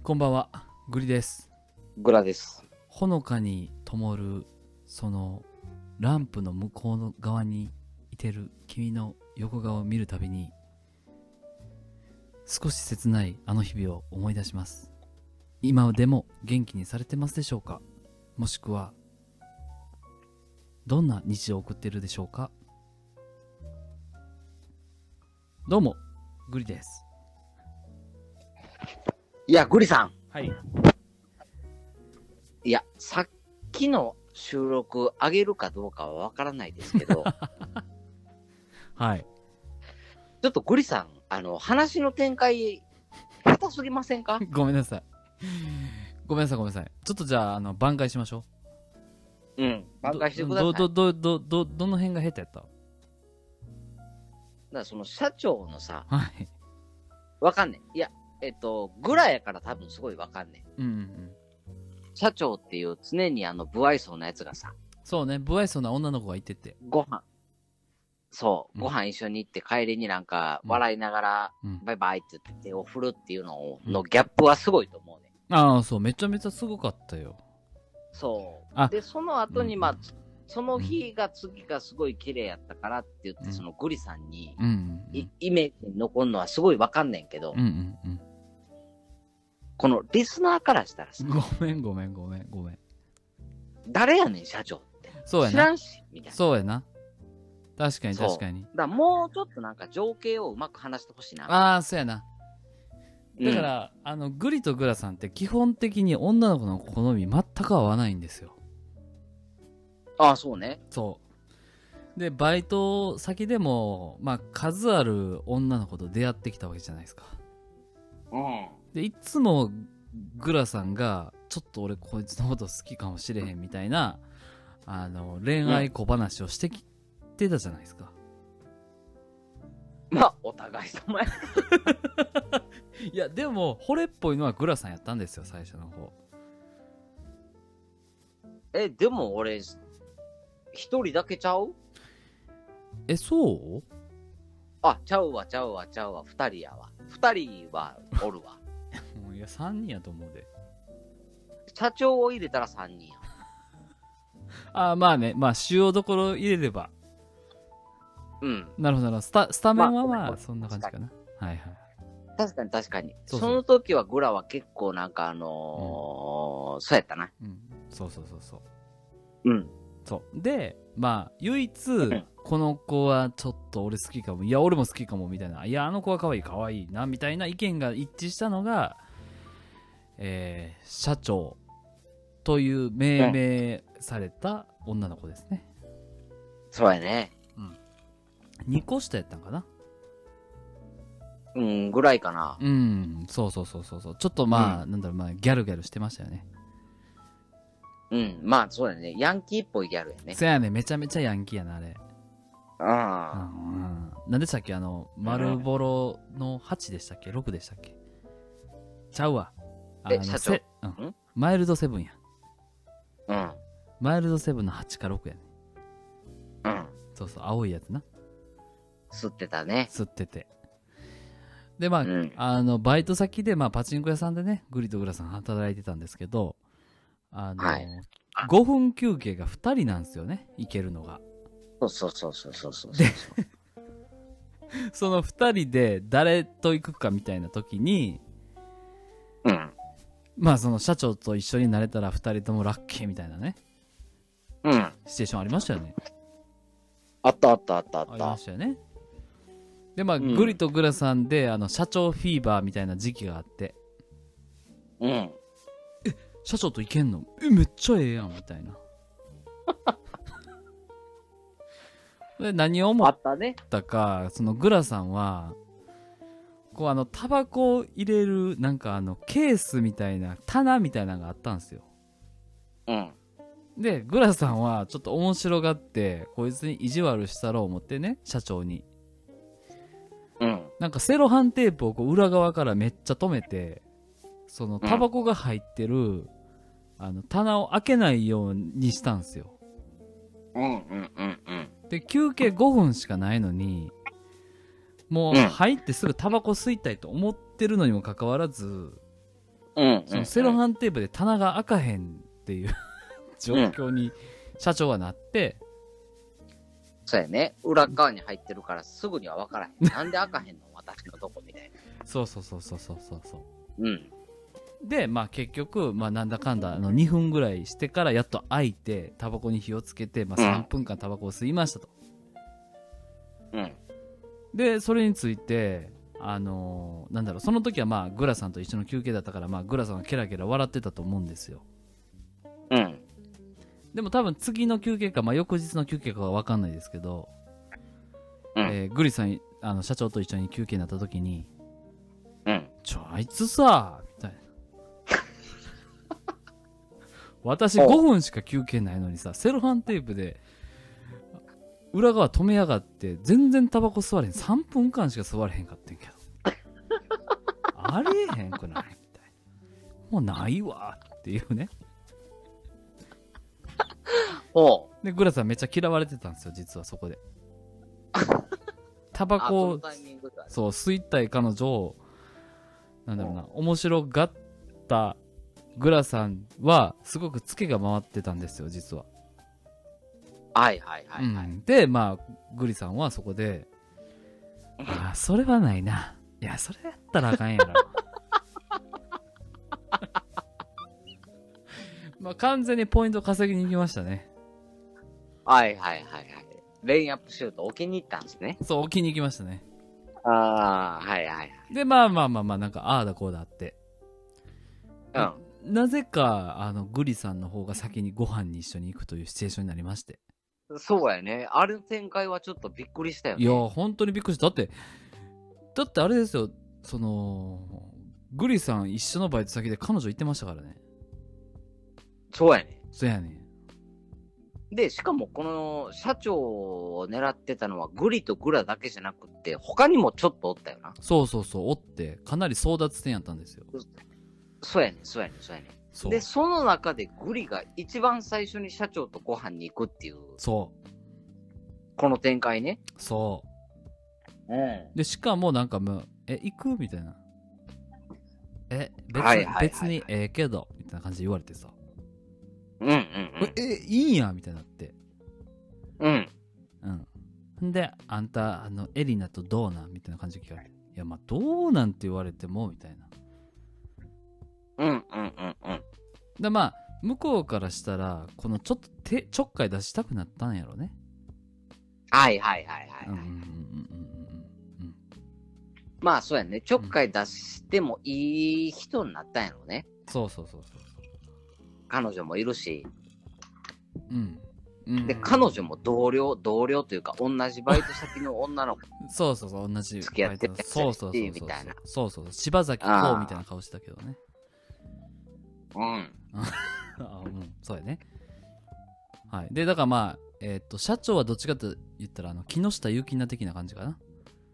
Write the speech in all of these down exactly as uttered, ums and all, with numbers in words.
こんばんは、グリです。 グラです。 ほのかに灯るそのランプの向こうの側にいてる君の横顔を見るたびに少し切ないあの日々を思い出します。今でも元気にされてますでしょうか？もしくはどんな日常を送っているでしょうか？どうもグリです。 いや、グリさん。 はい。 いや、さっきの収録上げるかどうかはわからないですけど、 はい。 ちょっとグリさん、あの、話の展開、下手すぎませんか？ ごめんなさい。ごめんなさい、ごめんなさい。ちょっとじゃあ、あの、挽回しましょうん。 う。 挽回してください。 ど、ど、ど、ど、ど、どの辺が下手やった？ だからその社長のさ、 はい。 わかんねん。いや、えっと、グラやから多分すごいわかんねん。 うんうんうん。 社長っていう常にあの、不愛想なやつがさ、 そうね、不愛想な女の子がいてて。 ご飯、そう、 うんご飯一緒に行って帰りになんかうん笑いながら、 うん。 バイバイって言って手を振るっていうのをうんのギャップはすごいと思うね。 ああ、そう、めちゃめちゃすごかったよ。 そあう。で、その後に、 うんまあ、その日が次がすごい綺麗やったからって言って、 うんそのグリさんに、 うんうんうん。 いイメージに残るのはすごいわかんねんけど、 うんうんうん。 このリスナーからしたらさ、 ごめんごめんごめんごめん。 誰やねん、社長って。 そうやな。 知らんし、みたいな。 そうやな。確かにそう確かに。 だからもうちょっとなんか情景をうまく話してほしいな。 ああ、そうやな。 うんだから、あの、グリとグラさんって基本的に女の子の好み全く合わないんですよ。 ああ、そうね。 そう。で、バイト先でも、まあ、数ある女の子と出会ってきたわけじゃないですか。 うん。 で、いつもグラさんが、ちょっと俺こいつのこと好きかもしれへんみたいな、あの、恋愛小話をしてきてたじゃないですか。 まあ、お互い様や。 いや、でも、惚れっぽいのはグラさんやったんですよ、最初の方。 え、でも俺、一人だけちゃう？ え、そうあ、ちゃうわ、ちゃうわ、ちゃうわ、二人やわ。二人はおるわ。 いや、さんにんやと思うで。 社長を入れたら三人や。 ああ、まあね、まあ、主要どころ入れれば。 うん。 なるほどなるほど。スタ、スタメンはまあまあ、そんな感じかな。はいはい。 確かに確かに。 そそうそうの時はグラは結構なんかあのーそうやったな。 うん。そうそうそうそう。 うん。 そう。で、まあ、唯一ん、 この子はちょっと俺好きかも。いや、俺も好きかも、みたいな。いや、あの子は可愛い、可愛いな、みたいな意見が一致したのが、えー、社長という命名された女の子ですね。 そうやね。 にこ下やったんかな。 うん、ぐらいかな。 うん、そうそうそうそうそう。ちょっとまあ、 うなんだろう、まあ、ギャルギャルしてましたよね。 うん、まあそうやね。ヤンキーっぽいギャルやね。 そやね、めちゃめちゃヤンキーやな、あれ。うあんうん。なんでしたっけ、あの、丸ボロのはちでしたっけ ?ろく でしたっけ？ちゃうわ。あのえ社長せうんんマイルドセブンや。 あ。うん。 マイルドセブンのはちかろくやね。 うん。 そうそう、青いやつな。 吸ってたね。 吸ってて。で、まあ、 うんあの、バイト先で、まあ、パチンコ屋さんでね、グリとグラさん働いてたんですけど、あの、 はいごふん休憩がふたりなんですよね、行けるのが。 そうそうそうそうそうそう。 でそのふたりで誰と行くかみたいな時に、 うん。 まあ、その社長と一緒になれたらふたりともラッキーみたいなね、 うん。 シチュエーションありましたよね。 あったあったあったあありった。 ましたよね。で、まあ、 うんグリとグラさんで、あの、社長フィーバーみたいな時期があって、 うん。 社長と行けんのえ、めっちゃええやん、みたいな。で、何を思っあったね。 たか、そのグラさんは、こう、あの、タバコを入れる、なんかあの、ケースみたいな、棚みたいなのがあったんですよ。 うん。 で、グラさんは、ちょっと面白がって、こいつに意地悪したろう思ってね、社長に。 うん。 なんかセロハンテープをこう裏側からめっちゃ止めて、そのタバコが入ってる、あの棚を開けないようにしたんですよ。 うんうんうんうん。 で、休憩ごふんしかないのに、もううん入ってすぐタバコ吸いたいと思ってるのにもかかわらず、 ううん。 そのセロハンテープで棚が開かへんっていう状況に社長はなって、 そうやね。裏側に入ってるからすぐには分からへん。なんで開かへんの私のとこみたいな。 そうそうそうそうそうそうそう。 うん。 で、まあ結局、まあなんだかんだ、あのにふんぐらいしてからやっと開いて、タバコに火をつけて、まあさんぷんかんタバコを吸いましたと。 うん。 で、それについて、あのーなんだろう、その時はまあグラさんと一緒の休憩だったから、まあグラさんはケラケラ笑ってたと思うんですよ。 うん。 でも多分次の休憩か、まあ翌日の休憩かは分かんないですけど、 うんえーグリさん、あの社長と一緒に休憩になった時に、 うん。 ちょ、あいつさ、みたいな。私ごふんしか休憩ないのにさ、セロハンテープで、裏側止めやがって、全然タバコ吸われへん。さんぷんかんしか吸われへんかってんけど。ありえへんくないみたいな。もうないわっていうね。 ほう。 で、グラさんめっちゃ嫌われてたんですよ、実はそこで。タバあ、 コをその、タイミングだね。 そう、吸いたい彼女を、なんだろうな、面白がったグラさんは、すごくツケが回ってたんですよ、実は。 はいはいはいはい。 うんで、まあ、グリさんはそこで、ああ、それはないな。いや、それやったらあかんやろ。まあ、完全にポイント稼ぎに行きましたね。 はいはいはいはい。レインアップシュート置きに行ったんですね。 そう、置きに行きましたね。 ああ、はいはいはい。 で、まあまあまあまあ、なんか、ああだこうだあって。 うん。 なぜか、あの、グリさんの方が先にご飯に一緒に行くというシチュエーションになりまして。 そうやね。あれの展開はちょっとびっくりしたよね。 いや、本当にびっくりした。だって、だってあれですよ、その、グリさん一緒のバイト先で彼女行ってましたからね。 そうやね。 そうやねん。 で、しかもこの社長を狙ってたのはグリとグラだけじゃなくって、他にもちょっとおったよな。 そうそうそう、おって、かなり争奪戦やったんですよ。 そうやね、そうやね、そうやね。 そう。 で、その中でグリが一番最初に社長とご飯に行くっていう、 そう。 この展開ね。 そうん。 う。で、しかもなんかもう、え、行くみたいな。え、別に、 はいはいはいはい別にええけど、みたいな感じで言われてさ。 うんうんうん。 え、えいいんやみたいになって。 うん。 うん。んで、あんた、あの、エリナとどうなんみたいな感じで聞かれて。いや、まあ、どうなんって言われても、みたいな。 うんうんうんうん。 で、まあ、向こうからしたら、このちょっと手、ちょっかい出したくなったんやろね。 はいはいはいはい、はいうんうんうんうんうんまあそうやね。ちょっかい出してもいい人になったんやろうね。 そうそうそうそう。 彼女もいるし。 うん。うんで、彼女も同僚、同僚というか、同じバイト先の女の子。 そうそうそう、同じ。 付き合ってたそうそうそうそう。 みたいなそうそうそう。柴崎こうみたいな顔してたけどね。 うん。 あうん、そうやね。はい。で、だからまあ、えーっと、社長はどっちかと言ったら、あの、木下ゆきな的な感じかな。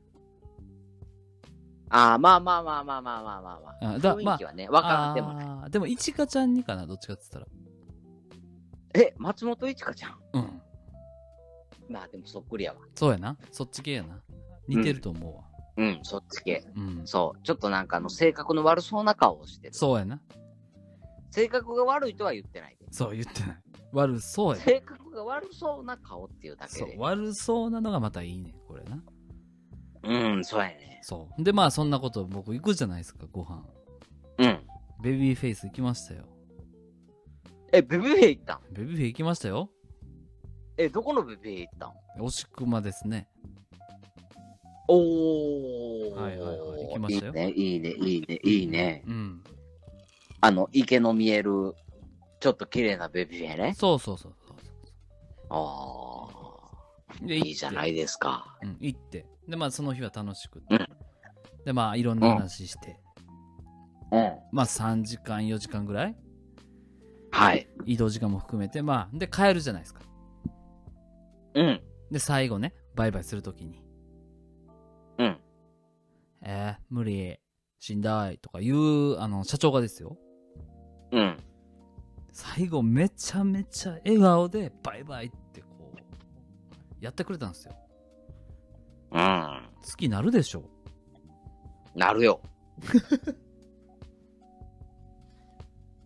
ああ、まあまあまあまあまあまあまあまあ。 あだ雰囲気はね、わからんでもない。 あーでも、いちかちゃんにかな、どっちかって言ったえ、松本一花ちゃんら。うん。 まあでもそっくりやわ。 そうやな。そっち系やな。似てると思うわ。 うん、そっち系。 うん。 そう。ちょっとなんかあの、性格の悪そうな顔をしてる。 そうやな。 性格が悪いとは言ってないで。 そう言ってない。悪そうや。 性格が悪そうな顔っていうだけそう、 で。 悪そうなのがまたいいね、これな。 うん、そうやね。 そう。で、まあ、そんなこと僕行くじゃないですか、ご飯。 うん。 ベビーフェイス行きましたよ。 え、ベビーフェイ行ったんベビーフェイ行きましたよ。 え、どこのベビーフェイ行ったん押し熊ですね。 おー。 はいはいはい行きましたよいいね、いいね、いいね、いいね。 うん。 あの、池の見える、ちょっと綺麗なベビーフェイね。 そうそうそうそう。 あで、 ー。いいじゃないですか。 うん、行って。で、まあ、その日は楽しくて。 うんで、まあ、いろんな話して。 うん。 まあ、さんじかん、よじかんぐらいはい。 移動時間も含めて、まあ、で、帰るじゃないですか。 うん。 で、最後ね、バイバイするときに。 うん。 えー、無理、しんどいとか言う、あの、社長がですよ。 うん。 最後、めちゃめちゃ笑顔で、バイバイってこう、やってくれたんですよ。 うん。 好きになるでしょ。 なるよ。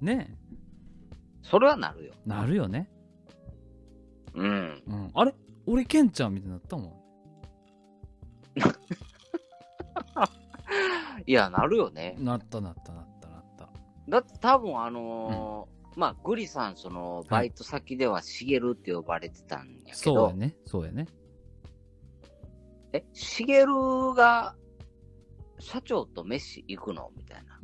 ねそれはなるよ。 なるよね。 うん。 うん。あれ俺ケンちゃんみたいになったもん。 いや、なるよね。 なったなったなったなった。 だって多分あのーうん、まあ、グリさん、その、バイト先ではしげるって呼ばれてたんやけど。 そうやね。そうやね。 え、しげるが、社長と飯行くのみたいな。 うん。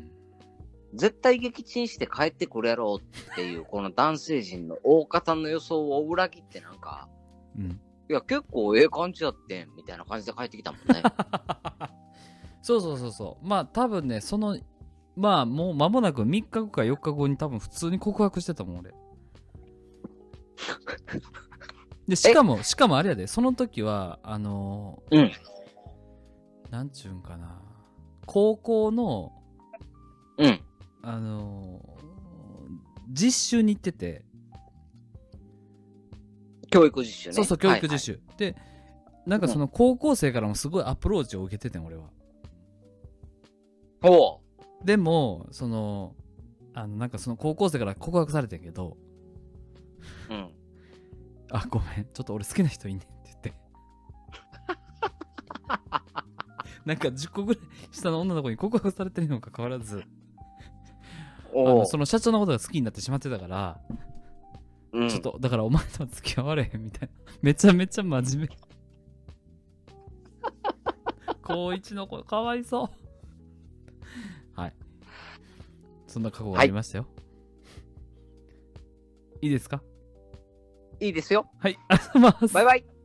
絶対撃沈して帰ってくるやろっていう、この男性陣の大方の予想を裏切ってなんか、 うん。 いや、結構ええ感じやってん、みたいな感じで帰ってきたもんね。 そうそうそうそう。まあ多分ね、その、まあもう間もなくみっかごかよっかごに多分普通に告白してたもん、俺。で、しかも、しかもあれやで、その時は、あのー、うん。 なんちゅうんかな。高校の、 うん。 あのー、実習に行ってて。 教育実習ね。 そうそう、教育実習。はいはい、で、なんかその高校生からもすごいアプローチを受けててん、俺は。 おう。 でも、その、あの、なんかその高校生から告白されてんけど、 うん。 あ、ごめん、ちょっと俺好きな人いんねんって言って。なんかじゅっこぐらい下の女の子に告白されてるにもかかわらず、あのその社長のことが好きになってしまってたから、うん、ちょっと、だからお前とは付き合われへんみたいな。めちゃめちゃ真面目。高一の子、かわいそう。はい。そんな過去がありましたよ。はい、いいですか？ いいですよ。 はい、ありがとうございます。 バイバイ。